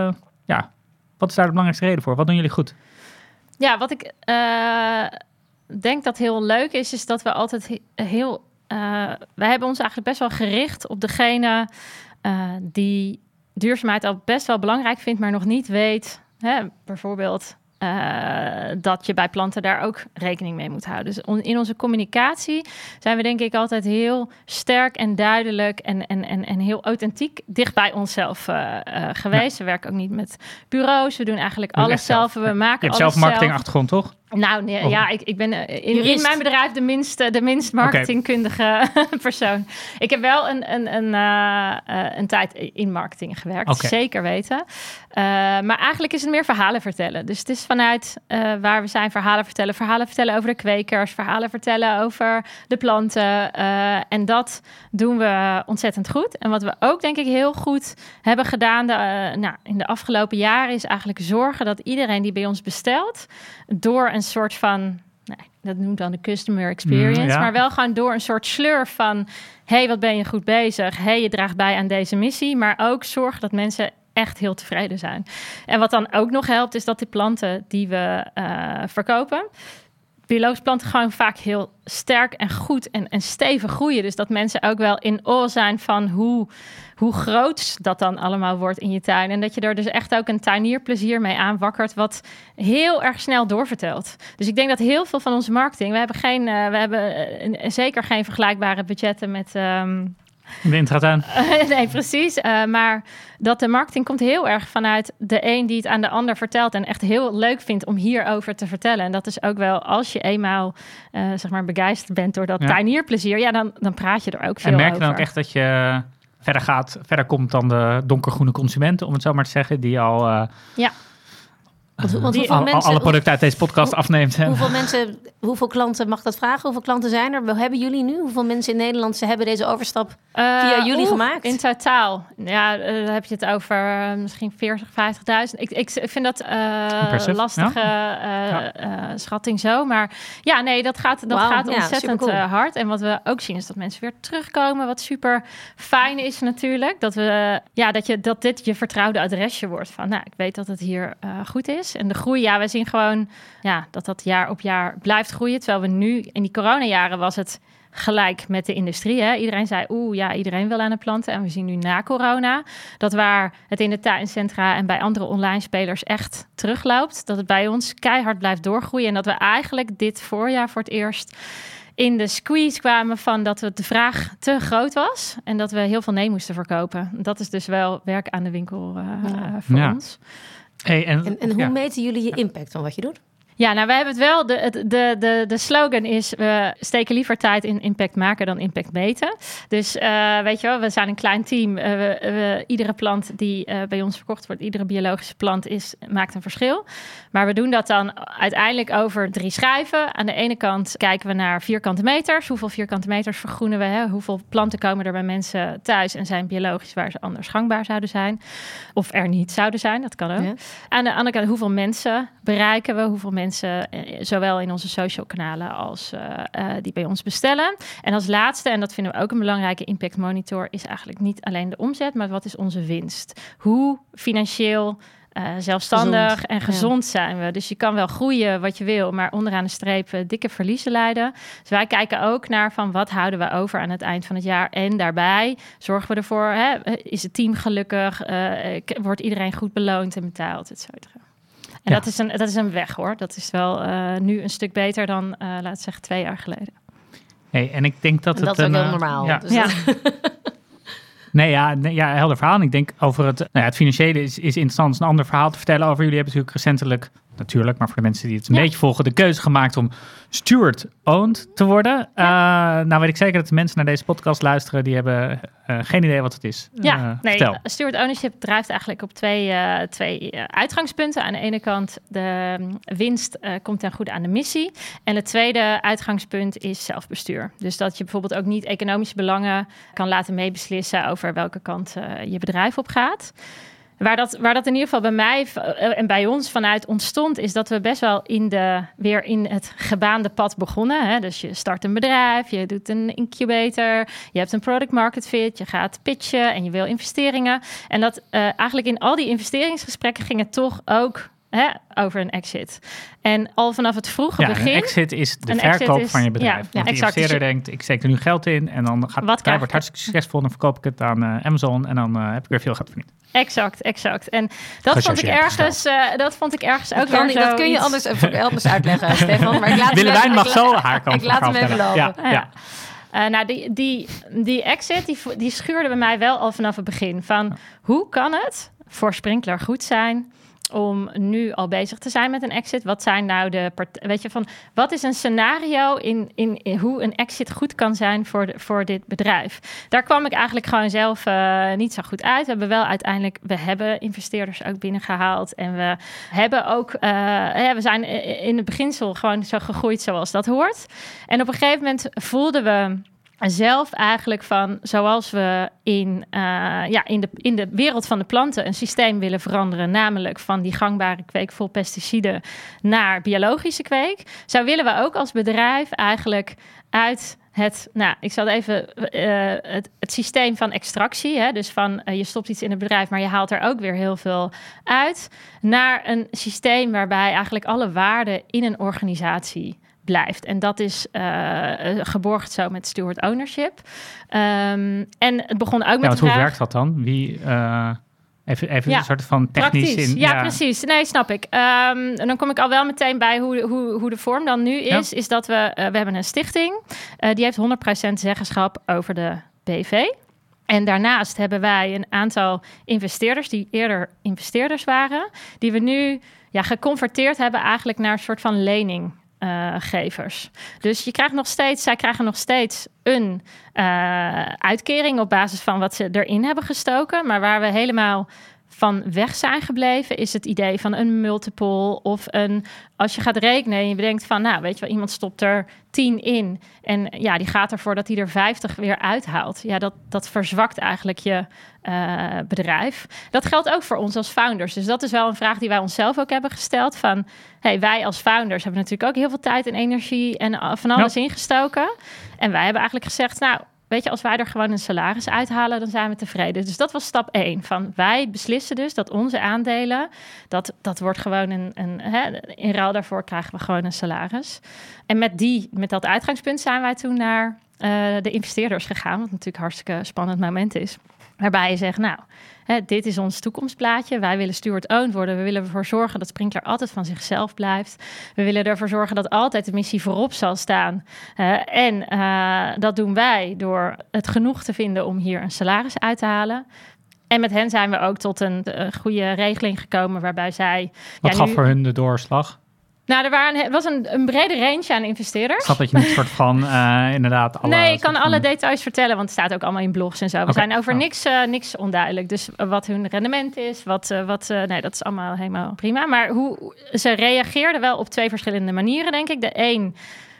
ja, wat is daar de belangrijkste reden voor? Wat doen jullie goed? Ja, wat ik uh, denk dat heel leuk is, is dat we altijd heel... Uh, wij hebben ons eigenlijk best wel gericht op degene uh, die duurzaamheid al best wel belangrijk vindt, maar nog niet weet, hè, bijvoorbeeld... Uh, dat je bij planten daar ook rekening mee moet houden. Dus on, in onze communicatie zijn we denk ik altijd heel sterk en duidelijk en, en, en, en heel authentiek dicht bij onszelf uh, uh, geweest. Ja. We werken ook niet met bureaus. We doen eigenlijk Doe alles zelf. We ja. maken je hebt alles zelf marketingachtergrond, toch? Nou, nee, ja, ik, ik ben in, in mijn bedrijf de minst, de minst marketingkundige okay. persoon. Ik heb wel een, een, een, uh, uh, een tijd in marketing gewerkt, okay. zeker weten. Uh, maar eigenlijk is het meer verhalen vertellen. Dus het is vanuit uh, waar we zijn verhalen vertellen. Verhalen vertellen over de kwekers, verhalen vertellen over de planten. Uh, en dat doen we ontzettend goed. En wat we ook denk ik heel goed hebben gedaan de, uh, nou, in de afgelopen jaren is eigenlijk zorgen dat iedereen die bij ons bestelt, door een soort van, nee, dat noemt dan de customer experience, mm, ja. maar wel gewoon door een soort sleur van, hey, wat ben je goed bezig? Hey, je draagt bij aan deze missie, maar ook zorgen dat mensen echt heel tevreden zijn. En wat dan ook nog helpt, is dat die planten die we uh, verkopen, biologische planten gewoon vaak heel sterk en goed en, en stevig groeien. Dus dat mensen ook wel in awe zijn van hoe, hoe groot dat dan allemaal wordt in je tuin. En dat je er dus echt ook een tuinierplezier mee aanwakkert, wat heel erg snel doorvertelt. Dus ik denk dat heel veel van onze marketing, we hebben, geen, uh, we hebben uh, zeker geen vergelijkbare budgetten met... Um, De intratuin. Uh, nee, precies. Uh, maar dat de marketing komt heel erg vanuit de een die het aan de ander vertelt en echt heel leuk vindt om hierover te vertellen. En dat is ook wel, als je eenmaal uh, zeg maar begeisterd bent door dat ja. tuinierplezier, ja, dan, dan praat je er ook veel over. En merk je dan ook echt dat je verder gaat, verder komt dan de donkergroene consumenten, om het zo maar te zeggen, die al... Uh, ja. Want, want die, al, mensen, alle producten uit deze podcast hoe, afneemt. Hoeveel mensen, hoeveel klanten, mag ik dat vragen? Hoeveel klanten zijn er? Hebben jullie nu? Hoeveel mensen in Nederland ze hebben deze overstap uh, via jullie oef, gemaakt? In totaal. Ja, uh, dan heb je het over uh, misschien veertig, vijftigduizend. Ik, ik, ik vind dat uh, lastige ja. uh, ja. Uh, schatting zo. Maar ja, nee, dat gaat, dat wow, gaat ontzettend ja, uh, hard. En wat we ook zien is dat mensen weer terugkomen. Wat super fijn is natuurlijk. Dat, we, ja, dat, je, dat dit je vertrouwde adresje wordt. Van, nou, ik weet dat het hier uh, goed is. is. En de groei, ja, we zien gewoon ja, dat dat jaar op jaar blijft groeien. Terwijl we nu, in die coronajaren was het gelijk met de industrie. Hè? Iedereen zei, oeh, ja, iedereen wil aan het planten. En we zien nu na corona dat waar het in de tuincentra en bij andere online spelers echt terugloopt, dat het bij ons keihard blijft doorgroeien. En dat we eigenlijk dit voorjaar voor het eerst in de squeeze kwamen van dat de vraag te groot was en dat we heel veel nee moesten verkopen. Dat is dus wel werk aan de winkel uh, ja. voor ja. ons. Hey, en, en, en hoe ja. meten jullie je impact van wat je doet? Ja, nou, wij hebben het wel. De, de, de, de slogan is, we steken liever tijd in impact maken dan impact meten. Dus uh, weet je wel, we zijn een klein team. Uh, we, we, iedere plant die uh, bij ons verkocht wordt, iedere biologische plant is, maakt een verschil. Maar we doen dat dan uiteindelijk over drie schijven. Aan de ene kant kijken we naar vierkante meters. Hoeveel vierkante meters vergroenen we? Hè? Hoeveel planten komen er bij mensen thuis en zijn biologisch waar ze anders gangbaar zouden zijn? Of er niet zouden zijn, dat kan ook. Ja. Aan de andere kant, hoeveel mensen bereiken we? Hoeveel mensen zowel in onze social kanalen als uh, uh, die bij ons bestellen. En als laatste, en dat vinden we ook een belangrijke impact monitor, is eigenlijk niet alleen de omzet, maar wat is onze winst? Hoe financieel uh, zelfstandig gezond. en gezond ja. zijn we? Dus je kan wel groeien wat je wil, maar onderaan de streep uh, dikke verliezen leiden. Dus wij kijken ook naar van wat houden we over aan het eind van het jaar. En daarbij zorgen we ervoor, hè, is het team gelukkig? Uh, wordt iedereen goed beloond en betaald, et cetera. En ja. dat, is een, dat is een weg, hoor. Dat is wel uh, nu een stuk beter dan, uh, laten we zeggen, twee jaar geleden. Hey, en ik denk dat en het... dat is ook een, heel normaal. Ja. Dus ja. Nee, ja, nee, ja, helder verhaal. En ik denk over het... Nou ja, het financiële is, is interessant. Een ander verhaal te vertellen over. Jullie hebben natuurlijk recentelijk... Natuurlijk, maar voor de mensen die het een ja. beetje volgen... de keuze gemaakt om steward-owned te worden. Ja. Uh, nou weet ik zeker dat de mensen naar deze podcast luisteren... die hebben uh, geen idee wat het is. Ja, uh, nee, vertel. steward ownership drijft eigenlijk op twee, uh, twee uh, uitgangspunten. Aan de ene kant de um, winst uh, komt ten goede aan de missie. En het tweede uitgangspunt is zelfbestuur. Dus dat je bijvoorbeeld ook niet economische belangen... kan laten meebeslissen over welke kant uh, je bedrijf op gaat. Waar dat, waar dat in ieder geval bij mij uh, en bij ons vanuit ontstond... is dat we best wel in de, weer in het gebaande pad begonnen. Hè? Dus je start een bedrijf, je doet een incubator... je hebt een product market fit, je gaat pitchen en je wil investeringen. En dat uh, eigenlijk in al die investeringsgesprekken ging het toch ook... Hè, over een exit. En al vanaf het vroege ja, begin... een exit is de verkoop is, van je bedrijf. Ja, Want ja, de investeerder dus je, denkt, ik steek er nu geld in... en dan gaat het bedrijf wordt hartstikke succesvol... en dan verkoop ik het aan uh, Amazon... en dan uh, heb ik weer veel geld verdiend. Exact, exact. En dat vond ik ergens, uh, dat vond ik ergens ook weer zo. Dat kun je anders, uh, anders uitleggen, Stefan. Maar ik laat Willemijn mag zo haar kant Ik laat hem even lopen. Ja, ja. Uh, nou, die, die, die exit, die, die schuurde bij mij wel al vanaf het begin. Van, hoe kan het voor Sprinklr goed zijn... om nu al bezig te zijn met een exit? Wat zijn nou de part- weet je van wat is een scenario in, in, in hoe een exit goed kan zijn voor, de, voor dit bedrijf? Daar kwam ik eigenlijk gewoon zelf uh, niet zo goed uit. We hebben wel uiteindelijk, we hebben investeerders ook binnengehaald en we hebben ook, uh, ja, we zijn in het beginsel gewoon zo gegroeid zoals dat hoort. En op een gegeven moment voelden we zelf eigenlijk van, zoals we in, uh, ja, in, de, in de wereld van de planten een systeem willen veranderen, namelijk van die gangbare kweek vol pesticiden naar biologische kweek, zo willen we ook als bedrijf eigenlijk uit het, nou, ik zal even uh, het, het systeem van extractie, hè, dus van uh, je stopt iets in het bedrijf, maar je haalt er ook weer heel veel uit, naar een systeem waarbij eigenlijk alle waarden in een organisatie blijft. En dat is uh, geborgd zo met steward ownership. Um, en het begon ook ja, met de hoe vraag... werkt dat dan? Wie... Uh... Even, even ja, een soort van technisch in. Ja, ja, precies. Nee, snap ik. Um, en dan kom ik al wel meteen bij hoe, hoe, hoe de vorm dan nu is. Ja. Is dat we, uh, we hebben een stichting. Uh, die heeft honderd procent zeggenschap over de B V. En daarnaast hebben wij een aantal investeerders die eerder investeerders waren. Die we nu ja, geconverteerd hebben eigenlijk naar een soort van lening. Uh, gevers. Dus je krijgt nog steeds, zij krijgen nog steeds een uh, uitkering op basis van wat ze erin hebben gestoken. Maar waar we helemaal van weg zijn gebleven, is het idee van een multiple of een, als je gaat rekenen en je bedenkt van, nou, weet je wel, iemand stopt er tien in en ja, die gaat ervoor dat hij er vijftig weer uithaalt. Ja, dat, dat verzwakt eigenlijk je uh, bedrijf. Dat geldt ook voor ons als founders. Dus dat is wel een vraag die wij onszelf ook hebben gesteld van, hey, wij als founders hebben natuurlijk ook heel veel tijd en energie en van alles ja. ingestoken. En wij hebben eigenlijk gezegd, nou, weet je, als wij er gewoon een salaris uithalen, dan zijn we tevreden. Dus dat was stap één. Van wij beslissen dus dat onze aandelen, dat, dat wordt gewoon een, een hè, in ruil daarvoor krijgen we gewoon een salaris. En met die, met dat uitgangspunt zijn wij toen naar uh, de investeerders gegaan, wat natuurlijk een hartstikke spannend moment is. Waarbij je zegt, nou, hè, dit is ons toekomstplaatje. Wij willen steward-owned worden. We willen ervoor zorgen dat Sprinklr altijd van zichzelf blijft. We willen ervoor zorgen dat altijd de missie voorop zal staan. Uh, en uh, dat doen wij door het genoeg te vinden om hier een salaris uit te halen. En met hen zijn we ook tot een uh, goede regeling gekomen waarbij zij... Wat ja, gaf nu, voor hun de doorslag? Nou, er waren, was een, een brede range aan investeerders. Ik snap dat je niet soort van uh, inderdaad alle... Nee, ik kan van... alle details vertellen, want het staat ook allemaal in blogs en zo. We Okay. zijn over oh. niks, uh, niks onduidelijk. Dus uh, wat hun rendement is, wat... Uh, wat uh, nee, dat is allemaal helemaal prima. Maar hoe ze reageerden wel op twee verschillende manieren, denk ik. De een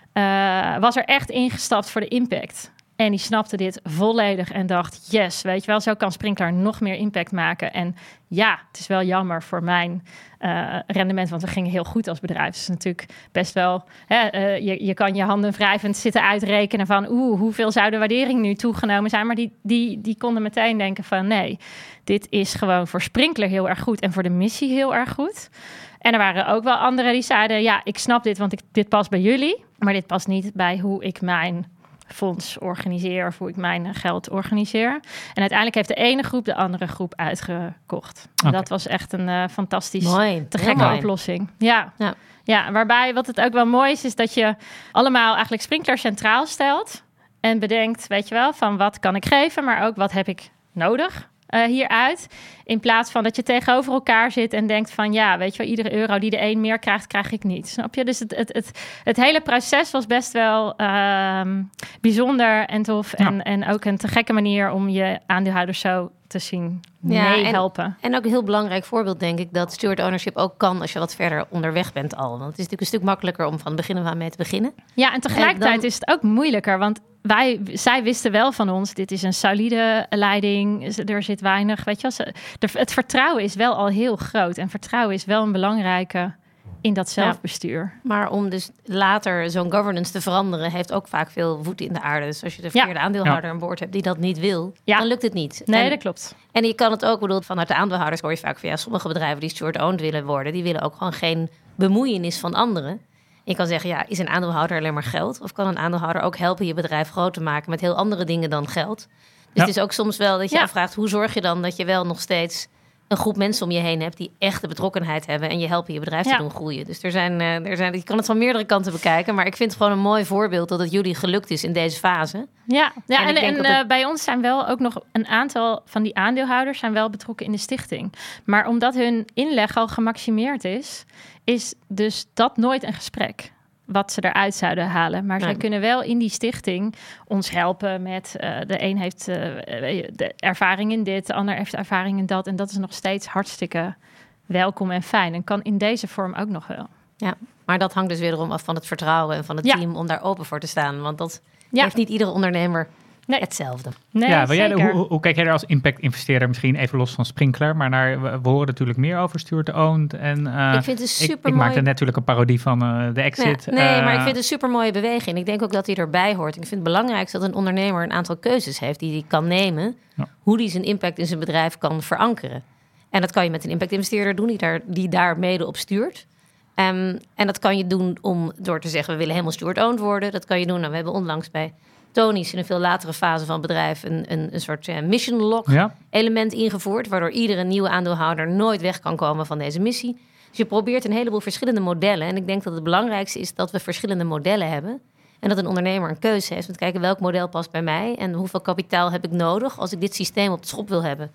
uh, was er echt ingestapt voor de impact. En die snapte dit volledig en dacht, yes, weet je wel, zo kan Sprinklr nog meer impact maken. En ja, het is wel jammer voor mijn uh, rendement, want we gingen heel goed als bedrijf. Dus het is natuurlijk best wel, hè, uh, je, je kan je handen wrijvend zitten uitrekenen van, oeh, hoeveel zou de waardering nu toegenomen zijn? Maar die, die, die konden meteen denken van, nee, dit is gewoon voor Sprinklr heel erg goed en voor de missie heel erg goed. En er waren ook wel anderen die zeiden, ja, ik snap dit, want ik, dit past bij jullie, maar dit past niet bij hoe ik mijn fonds organiseer of hoe ik mijn geld organiseer. En uiteindelijk heeft de ene groep de andere groep uitgekocht. Okay. Dat was echt een uh, fantastisch, mooi. te gekke mooi. oplossing. Ja. Ja. ja, waarbij wat het ook wel mooi is, is dat je allemaal eigenlijk Sprinklr centraal stelt en bedenkt, weet je wel, van wat kan ik geven, maar ook wat heb ik nodig uh, hieruit. In plaats van dat je tegenover elkaar zit en denkt van, ja, weet je wel, iedere euro die de een meer krijgt, krijg ik niet. Snap je? Dus het, het, het, het hele proces was best wel uh, bijzonder en tof. Ja. En, en ook een te gekke manier om je aandeelhouders zo te zien ja, meehelpen. En, en ook een heel belangrijk voorbeeld, denk ik, dat steward ownership ook kan als je wat verder onderweg bent al. Want het is natuurlijk een stuk makkelijker om van het begin af aan mee te beginnen. Ja, en tegelijkertijd en dan... is het ook moeilijker, want wij, zij wisten wel van ons, dit is een solide leiding, er zit weinig, weet je wel. De, het vertrouwen is wel al heel groot en vertrouwen is wel een belangrijke in dat zelfbestuur. Ja, maar om dus later zo'n governance te veranderen, heeft ook vaak veel voeten in de aarde. Dus als je de verkeerde ja. aandeelhouder ja. aan boord hebt die dat niet wil, ja. dan lukt het niet. Nee, en, dat klopt. En je kan het ook, bedoel, vanuit de aandeelhouders hoor je vaak van ja, sommige bedrijven die steward-owned willen worden, die willen ook gewoon geen bemoeienis van anderen. Je kan zeggen, ja, is een aandeelhouder alleen maar geld? Of kan een aandeelhouder ook helpen je bedrijf groot te maken met heel andere dingen dan geld? Dus ja. het is ook soms wel dat je ja. afvraagt, hoe zorg je dan dat je wel nog steeds een groep mensen om je heen hebt die echt de betrokkenheid hebben en je helpen je bedrijf ja. te doen groeien. Dus er zijn, uh, er zijn, je kan het van meerdere kanten bekijken, maar ik vind het gewoon een mooi voorbeeld dat het jullie gelukt is in deze fase. Ja, ja en, en, en uh, het... bij ons zijn wel ook nog een aantal van die aandeelhouders zijn wel betrokken in de stichting. Maar omdat hun inleg al gemaximeerd is, is dus dat nooit een gesprek wat ze eruit zouden halen. Maar nee. zij kunnen wel in die stichting ons helpen met... Uh, de een heeft uh, de ervaring in dit, de ander heeft ervaring in dat. En dat is nog steeds hartstikke welkom en fijn. En kan in deze vorm ook nog wel. Ja, maar dat hangt dus wederom af van het vertrouwen en van het ja. team om daar open voor te staan. Want dat ja. heeft niet iedere ondernemer nee. hetzelfde. Nee, ja, jij, hoe, hoe, hoe kijk jij er als impact-investeerder, misschien even los van Sprinklr, maar naar, we, we horen natuurlijk meer over steward-owned. En, uh, ik vind het super ik, ik maakte natuurlijk een parodie van uh, de exit. Nee, nee uh, maar ik vind het een super mooie beweging. Ik denk ook dat hij erbij hoort. Ik vind het belangrijk dat een ondernemer een aantal keuzes heeft die hij kan nemen, ja. hoe hij zijn impact in zijn bedrijf kan verankeren. En dat kan je met een impact-investeerder doen die daar, die daar mede op stuurt. Um, en dat kan je doen om door te zeggen, we willen helemaal steward-owned worden. Dat kan je doen, nou, we hebben onlangs bij Tony's in een veel latere fase van het bedrijf een, een, een soort uh, mission lock ja. element ingevoerd, waardoor iedere nieuwe aandeelhouder nooit weg kan komen van deze missie. Dus je probeert een heleboel verschillende modellen. En ik denk dat het belangrijkste is dat we verschillende modellen hebben. En dat een ondernemer een keuze heeft om te kijken welk model past bij mij en hoeveel kapitaal heb ik nodig als ik dit systeem op de schop wil hebben.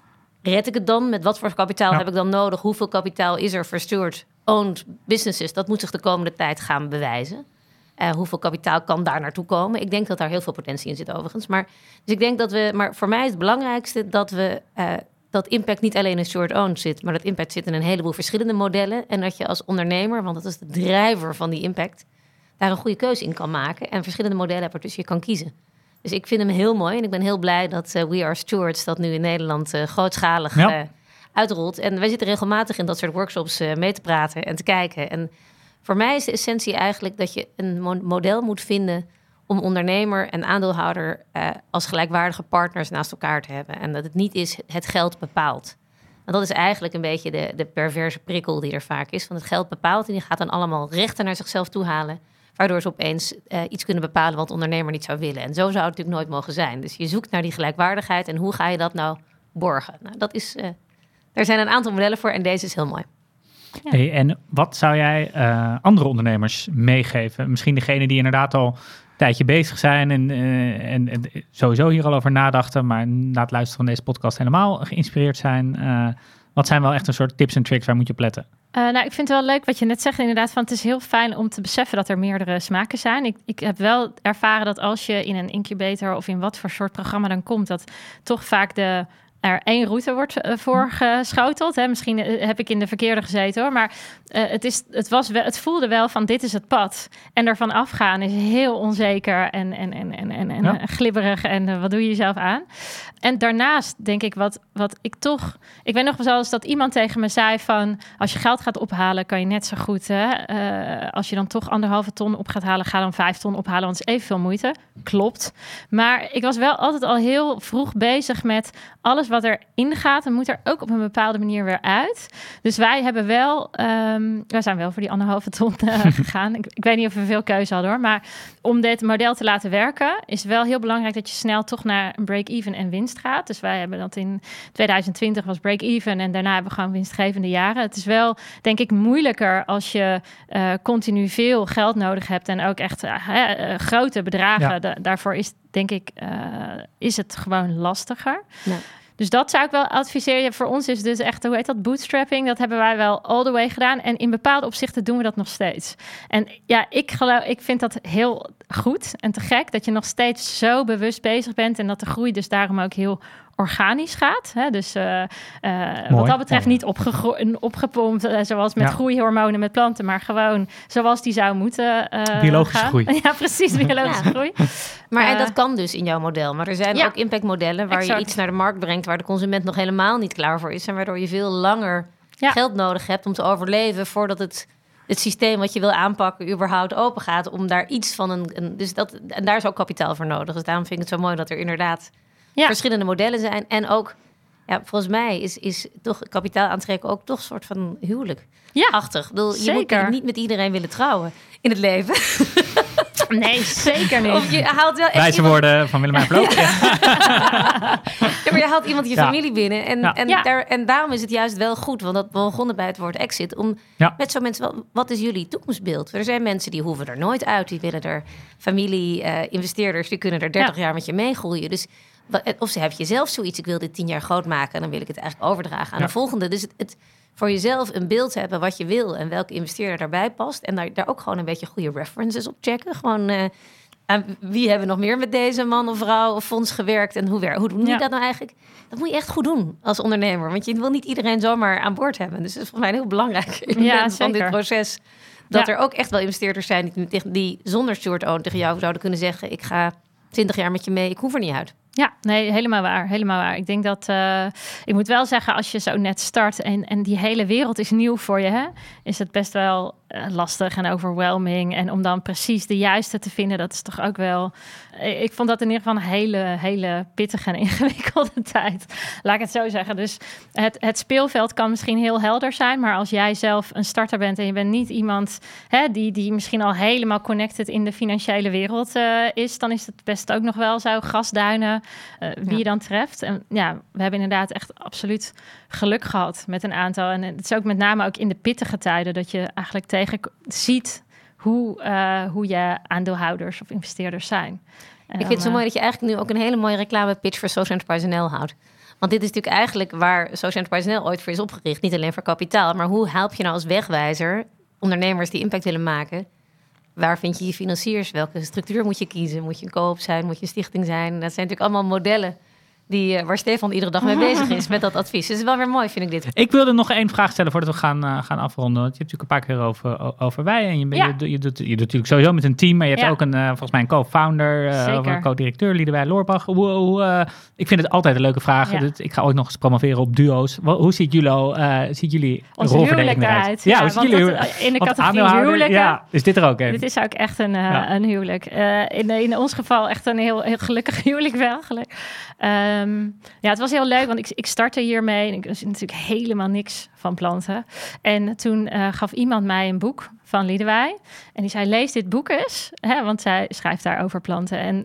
Red ik het dan? Met wat voor kapitaal ja. heb ik dan nodig? Hoeveel kapitaal is er voor steward-owned businesses? Dat moet zich de komende tijd gaan bewijzen. Uh, hoeveel kapitaal kan daar naartoe komen? Ik denk dat daar heel veel potentie in zit overigens. Maar, dus ik denk dat we, maar voor mij is het belangrijkste dat we uh, dat impact niet alleen in steward-owned zit, maar dat impact zit in een heleboel verschillende modellen. En dat je als ondernemer, want dat is de drijver van die impact, daar een goede keuze in kan maken. En verschillende modellen hebt dus je kan kiezen. Dus ik vind hem heel mooi. En ik ben heel blij dat uh, We Are Stewards dat nu in Nederland uh, grootschalig ja. uh, uitrolt. En wij zitten regelmatig in dat soort workshops uh, mee te praten en te kijken. En voor mij is de essentie eigenlijk dat je een mo- model moet vinden om ondernemer en aandeelhouder uh, als gelijkwaardige partners naast elkaar te hebben. En dat het niet is het geld bepaalt. Want dat is eigenlijk een beetje de, de perverse prikkel die er vaak is. Van het geld bepaalt en die gaat dan allemaal rechten naar zichzelf toe halen. Waardoor ze opeens uh, iets kunnen bepalen wat de ondernemer niet zou willen. En zo zou het natuurlijk nooit mogen zijn. Dus je zoekt naar die gelijkwaardigheid en hoe ga je dat nou borgen? Nou, dat is, uh, er zijn een aantal modellen voor en deze is heel mooi. Ja. Hey, en wat zou jij uh, andere ondernemers meegeven? Misschien degene die inderdaad al een tijdje bezig zijn en, uh, en, en sowieso hier al over nadachten, maar na het luisteren van deze podcast helemaal geïnspireerd zijn. Uh, wat zijn wel echt een soort tips en tricks, waar moet je op letten? Uh, nou, ik vind het wel leuk wat je net zegt inderdaad, van het is heel fijn om te beseffen dat er meerdere smaken zijn. Ik, ik heb wel ervaren dat als je in een incubator of in wat voor soort programma dan komt, dat toch vaak de er één route wordt uh, voorgeschoteld. Hè. Misschien uh, heb ik in de verkeerde gezeten hoor. Maar uh, het, is, het, was wel, het voelde wel van dit is het pad. En ervan afgaan is heel onzeker en, en, en, en, en, en ja. glibberig. En uh, wat doe je jezelf aan? En daarnaast denk ik wat, wat ik toch... Ik weet nog wel eens dat iemand tegen me zei van, als je geld gaat ophalen, kan je net zo goed... Hè, uh, als je dan toch anderhalve ton op gaat halen, ga dan vijf ton ophalen. Want het is evenveel moeite. Klopt. Maar ik was wel altijd al heel vroeg bezig met alles wat erin gaat, dan moet er ook op een bepaalde manier weer uit. Dus wij hebben wel, um, wij zijn wel voor die anderhalve ton uh, gegaan. Ik, ik weet niet of we veel keuze hadden hoor, maar om dit model te laten werken, is wel heel belangrijk dat je snel toch naar een break-even en winst gaat. Dus wij hebben dat in twintig twintig was break-even en daarna hebben we gewoon winstgevende jaren. Het is wel, denk ik, moeilijker als je uh, continu veel geld nodig hebt en ook echt uh, uh, grote bedragen. Ja. Da- daarvoor is, denk ik, uh, is het gewoon lastiger. Ja. Dus dat zou ik wel adviseren. Voor ons is dus echt, hoe heet dat, bootstrapping. Dat hebben wij wel all the way gedaan. En in bepaalde opzichten doen we dat nog steeds. En ja, ik geloof, ik vind dat heel goed en te gek dat je nog steeds zo bewust bezig bent en dat de groei dus daarom ook heel organisch gaat. Hè? Dus uh, uh, wat dat betreft niet opgegro- opgepompt, uh, zoals met ja. groeihormonen met planten, maar gewoon zoals die zou moeten uh, biologische gaan. groei. Ja, precies, biologische ja. groei. Maar uh, en dat kan dus in jouw model. Maar er zijn ja. ook impactmodellen waar exact. je iets naar de markt brengt waar de consument nog helemaal niet klaar voor is en waardoor je veel langer ja. geld nodig hebt om te overleven voordat het het systeem wat je wil aanpakken überhaupt open gaat om daar iets van een, een dus dat en daar is ook kapitaal voor nodig. Dus daarom vind ik het zo mooi dat er inderdaad ja. verschillende modellen zijn. En ook, ja, volgens mij is, is toch kapitaal aantrekken ook toch een soort van huwelijk. Ja, achtig. Ik bedoel, je moet niet met iedereen willen trouwen in het leven. Nee, zeker niet. Of je haalt wel echt wijze iemand... woorden van Willemijn Vloot. Ja. Ja, maar je haalt iemand je ja. familie binnen. En, ja. En, ja. daar, en daarom is het juist wel goed, want dat we begonnen bij het woord exit, om ja. met zo'n mensen, wat, wat is jullie toekomstbeeld? Er zijn mensen die hoeven er nooit uit. Die willen er familie, uh, investeerders, die kunnen er dertig ja. jaar met je meegroeien. Dus of ze heb je zelf zoiets, ik wil dit tien jaar groot maken en dan wil ik het eigenlijk overdragen aan ja. de volgende. Dus het, het voor jezelf een beeld hebben wat je wil en welke investeerder daarbij past. En daar, daar ook gewoon een beetje goede references op checken. Gewoon, uh, aan wie hebben nog meer met deze man of vrouw of fonds gewerkt en hoe, hoe doen die ja. dat nou eigenlijk? Dat moet je echt goed doen als ondernemer, want je wil niet iedereen zomaar aan boord hebben. Dus dat is volgens mij heel belangrijk ja, van dit proces. Dat ja. er ook echt wel investeerders zijn die, die zonder steward own tegen jou zouden kunnen zeggen, ik ga twintig jaar met je mee, ik hoef er niet uit. Ja, nee, helemaal waar, helemaal waar. Ik denk dat, uh, ik moet wel zeggen, als je zo net start en, en die hele wereld is nieuw voor je, hè, is het best wel uh, lastig en overwhelming. En om dan precies de juiste te vinden, dat is toch ook wel... Ik vond dat in ieder geval een hele, hele pittige en ingewikkelde tijd. Laat ik het zo zeggen. Dus het, het speelveld kan misschien heel helder zijn, maar als jij zelf een starter bent en je bent niet iemand hè, die, die misschien al helemaal connected in de financiële wereld uh, is, dan is het best ook nog wel zo grasduinen. Uh, wie ja. je dan treft. En ja, we hebben inderdaad echt absoluut geluk gehad met een aantal. En het is ook met name ook in de pittige tijden dat je eigenlijk tegen ziet hoe, uh, hoe je aandeelhouders of investeerders zijn. Ik vind het zo mooi dat je eigenlijk nu ook een hele mooie reclame pitch voor Social Enterprise N L houdt. Want dit is natuurlijk eigenlijk waar Social Enterprise N L ooit voor is opgericht. Niet alleen voor kapitaal, maar hoe help je nou als wegwijzer ondernemers die impact willen maken? Waar vind je je financiers? Welke structuur moet je kiezen? Moet je een co-op zijn? Moet je een stichting zijn? Dat zijn natuurlijk allemaal modellen Die, uh, waar Stefan iedere dag mee bezig is met dat advies. Dus wel weer mooi, vind ik dit. Ik wilde nog één vraag stellen voordat we gaan, uh, gaan afronden. Want je hebt natuurlijk een paar keer over, over wij. En je, ja. je, je, doet, je doet natuurlijk sowieso met een team. Maar je hebt ja. ook een, uh, volgens mij een co-founder. Uh, of een co-directeur, Liedewij Loorbach. Hoe, hoe, uh, ik vind het altijd een leuke vraag. Ja. Dus ik ga ooit nog eens promoveren op duo's. Hoe ziet jullie, uh, ziet jullie rolverdeling eruit? Ja, ja, hoe ziet jullie dat, in de categorie huwelijken. Ja, is dit er ook een? Dit is ook echt een, uh, ja. een huwelijk. Uh, in, in ons geval echt een heel, heel gelukkig huwelijk wel. Geluk. Um, ja, het was heel leuk, want ik, ik startte hiermee. En ik wist natuurlijk helemaal niks van planten. En toen uh, gaf iemand mij een boek van Liedewij. En die zei, lees dit boek eens. Hè, want zij schrijft daar over planten. En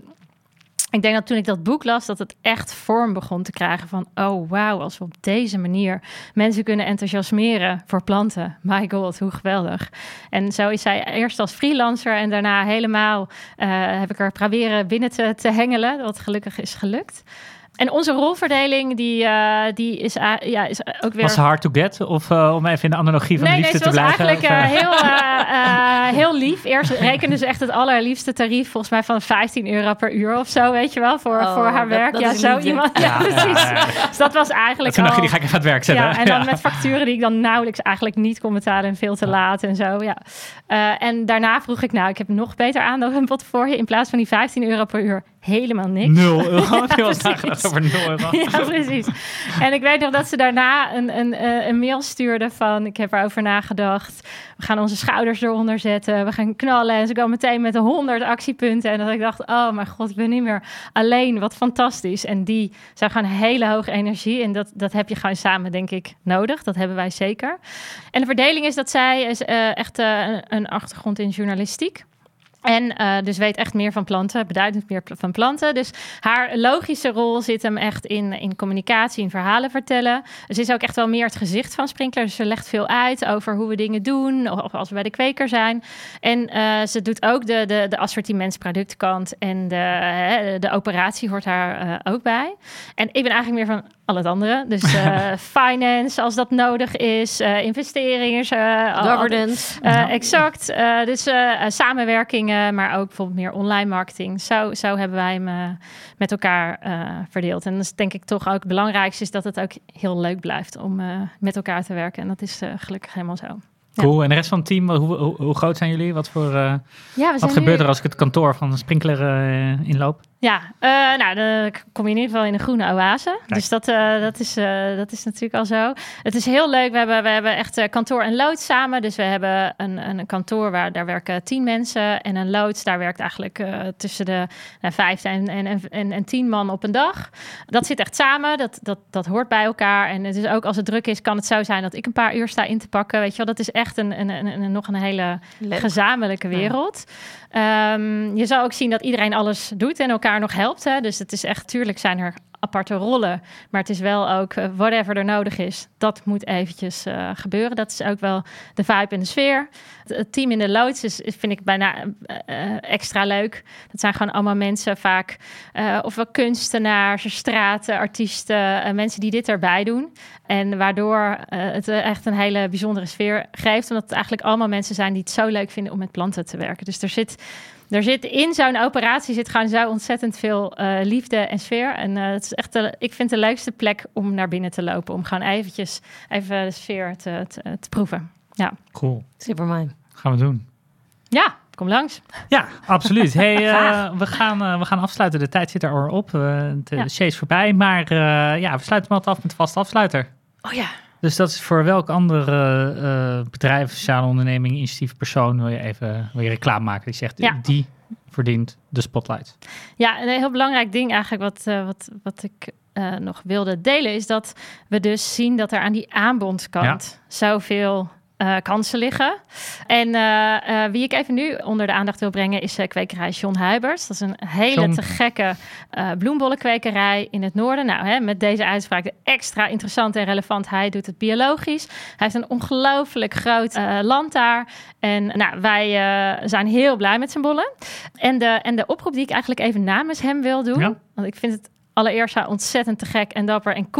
ik denk dat toen ik dat boek las, dat het echt vorm begon te krijgen van, oh wauw, als we op deze manier mensen kunnen enthousiasmeren voor planten. My god, hoe geweldig. En zo is zij eerst als freelancer en daarna helemaal uh, heb ik er proberen binnen te, te hengelen, wat gelukkig is gelukt. En onze rolverdeling, die, uh, die is, uh, ja, is ook weer... Was ze hard to get? Of uh, om even in de analogie van nee, de liefde nee, te blijven? Nee, ze was eigenlijk uh, heel, uh, uh, heel lief. Eerst rekende ze echt het allerliefste tarief, volgens mij van vijftien euro per uur of zo, weet je wel, voor, oh, voor haar dat, werk. Dat ja, zo liefde. Iemand. Ja, ja, precies. Ja, ja, ja. Dus dat was eigenlijk Toen al... dacht je, die ga ik even aan het werk zetten. Ja, en dan ja. met facturen die ik dan nauwelijks eigenlijk niet kon betalen en veel te ja. laat en zo, ja. Uh, en daarna vroeg ik, nou, ik heb nog beter aanbod voor je. In plaats van die vijftien euro per uur, helemaal niks. Nul euro. Je was nagedacht over nul euro. Ja, precies. En ik weet nog dat ze daarna een, een, een mail stuurde van, ik heb erover nagedacht. We gaan onze schouders eronder zetten. We gaan knallen. En ze kwam meteen met honderd actiepunten. En dat ik dacht, oh mijn god, ik ben niet meer alleen. Wat fantastisch. En die zou gewoon hele hoge energie. En dat, dat heb je gewoon samen, denk ik, nodig. Dat hebben wij zeker. En de verdeling is dat zij is, uh, echt uh, een achtergrond in journalistiek. En uh, dus weet echt meer van planten, beduidend meer van planten. Dus haar logische rol zit hem echt in, in communicatie, in verhalen vertellen. Ze is ook echt wel meer het gezicht van Sprinkler. Dus ze legt veel uit over hoe we dingen doen, of als we bij de kweker zijn. En uh, ze doet ook de, de, de assortimentsproductkantkant en de, de operatie hoort haar uh, ook bij. En ik ben eigenlijk meer van al het andere. Dus uh, finance, als dat nodig is, uh, investeringen. Uh, Governance. Uh, exact. Uh, dus uh, samenwerkingen, maar ook bijvoorbeeld meer online marketing. Zo, zo hebben wij hem uh, met elkaar uh, verdeeld. En dat is denk ik toch ook het belangrijkste, is dat het ook heel leuk blijft om uh, met elkaar te werken. En dat is uh, gelukkig helemaal zo. Cool. Ja. En de rest van het team, hoe, hoe, hoe groot zijn jullie? Wat voor uh, ja, wat gebeurt nu... er als ik het kantoor van Sprinkler uh, inloop? Ja, uh, nou, dan kom je in ieder geval in een groene oase. Kijk. Dus dat, uh, dat, is, uh, dat is natuurlijk al zo. Het is heel leuk. We hebben, we hebben echt uh, kantoor en loods samen. Dus we hebben een, een kantoor waar daar werken tien mensen. En een loods, daar werkt eigenlijk uh, tussen de nou, vijf en, en, en, en tien man op een dag. Dat zit echt samen. Dat, dat, dat hoort bij elkaar. En het is ook als het druk is, kan het zo zijn dat ik een paar uur sta in te pakken. Weet je wel, dat is echt een, een, een, een, nog een hele leuk. gezamenlijke wereld. Ja. Um, je zal ook zien dat iedereen alles doet en elkaar nog helpt. Hè? Dus het is echt, tuurlijk zijn er aparte rollen. Maar het is wel ook, uh, whatever er nodig is, dat moet eventjes uh, gebeuren. Dat is ook wel de vibe en de sfeer. Het, het team in de loods is, is, vind ik bijna uh, extra leuk. Dat zijn gewoon allemaal mensen vaak, uh, ofwel kunstenaars, stratenartiesten, uh, mensen die dit erbij doen. En waardoor uh, het echt een hele bijzondere sfeer geeft. Omdat het eigenlijk allemaal mensen zijn die het zo leuk vinden om met planten te werken. Dus er zit... Er zit in zo'n operatie zit gewoon zo ontzettend veel uh, liefde en sfeer. En uh, het is echt de, ik vind de leukste plek om naar binnen te lopen. Om gewoon eventjes even de sfeer te, te, te proeven. Ja. Cool. Super mooi. Gaan we doen. Ja, kom langs. Ja, absoluut. Hey, uh, we, gaan, uh, we gaan afsluiten. De tijd zit er op. Uh, de ja. show is voorbij. Maar uh, ja, we sluiten hem altijd af met de vaste afsluiter. Oh ja. Dus dat is voor welk andere uh, bedrijf, sociale onderneming, initiatief, persoon wil je even wil je reclame maken? Die zegt, ja. die verdient de spotlight. Ja, een heel belangrijk ding eigenlijk wat, uh, wat, wat ik uh, nog wilde delen, is dat we dus zien dat er aan die aanbodkant ja. zoveel Uh, kansen liggen. En uh, uh, wie ik even nu onder de aandacht wil brengen is uh, kwekerij John Huibers. Dat is een hele John. te gekke uh, bloembollenkwekerij in het noorden. Nou, hè, met deze uitspraak extra interessant en relevant. Hij doet het biologisch. Hij heeft een ongelooflijk groot uh, land daar. En nou, wij uh, zijn heel blij met zijn bollen. En de, en de oproep die ik eigenlijk even namens hem wil doen. Ja. Want ik vind het allereerst ontzettend te gek en dapper en cool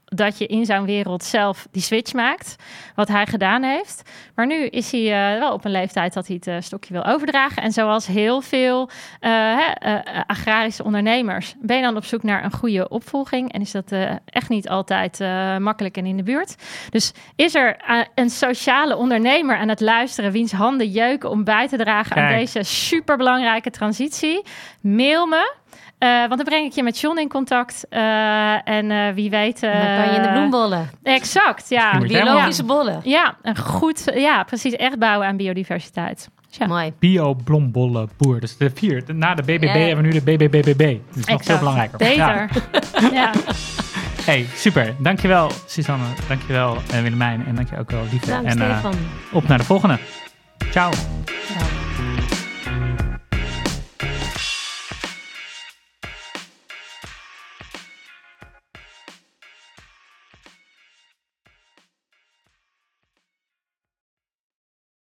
dat je in zo'n wereld zelf die switch maakt. Wat hij gedaan heeft. Maar nu is hij uh, wel op een leeftijd dat hij het uh, stokje wil overdragen. En zoals heel veel uh, hè, uh, agrarische ondernemers ben je dan op zoek naar een goede opvolging. En is dat uh, echt niet altijd uh, makkelijk en in de buurt. Dus is er uh, een sociale ondernemer aan het luisteren wiens handen jeuken om bij te dragen Kijk. aan deze superbelangrijke transitie? Mail me. Uh, want dan breng ik je met John in contact. Uh, en uh, wie weet... Uh, dan kan je in de bloembollen. Exact, ja. Biologische ja. bollen. Ja, een goed... Ja, precies. Echt bouwen aan biodiversiteit. Ja. Mooi. Bio-bloembollen boer. Dus de vier. Na de B B B yeah. hebben we nu de B B B B B. Dat is nog veel belangrijker. Beter. Ja. ja. Hey, super. Dankjewel, Suzanne. Dankjewel, uh, Willemijn. En dankjewel ook wel, Lieve. Dank, en uh, op naar de volgende. Ciao. Ciao.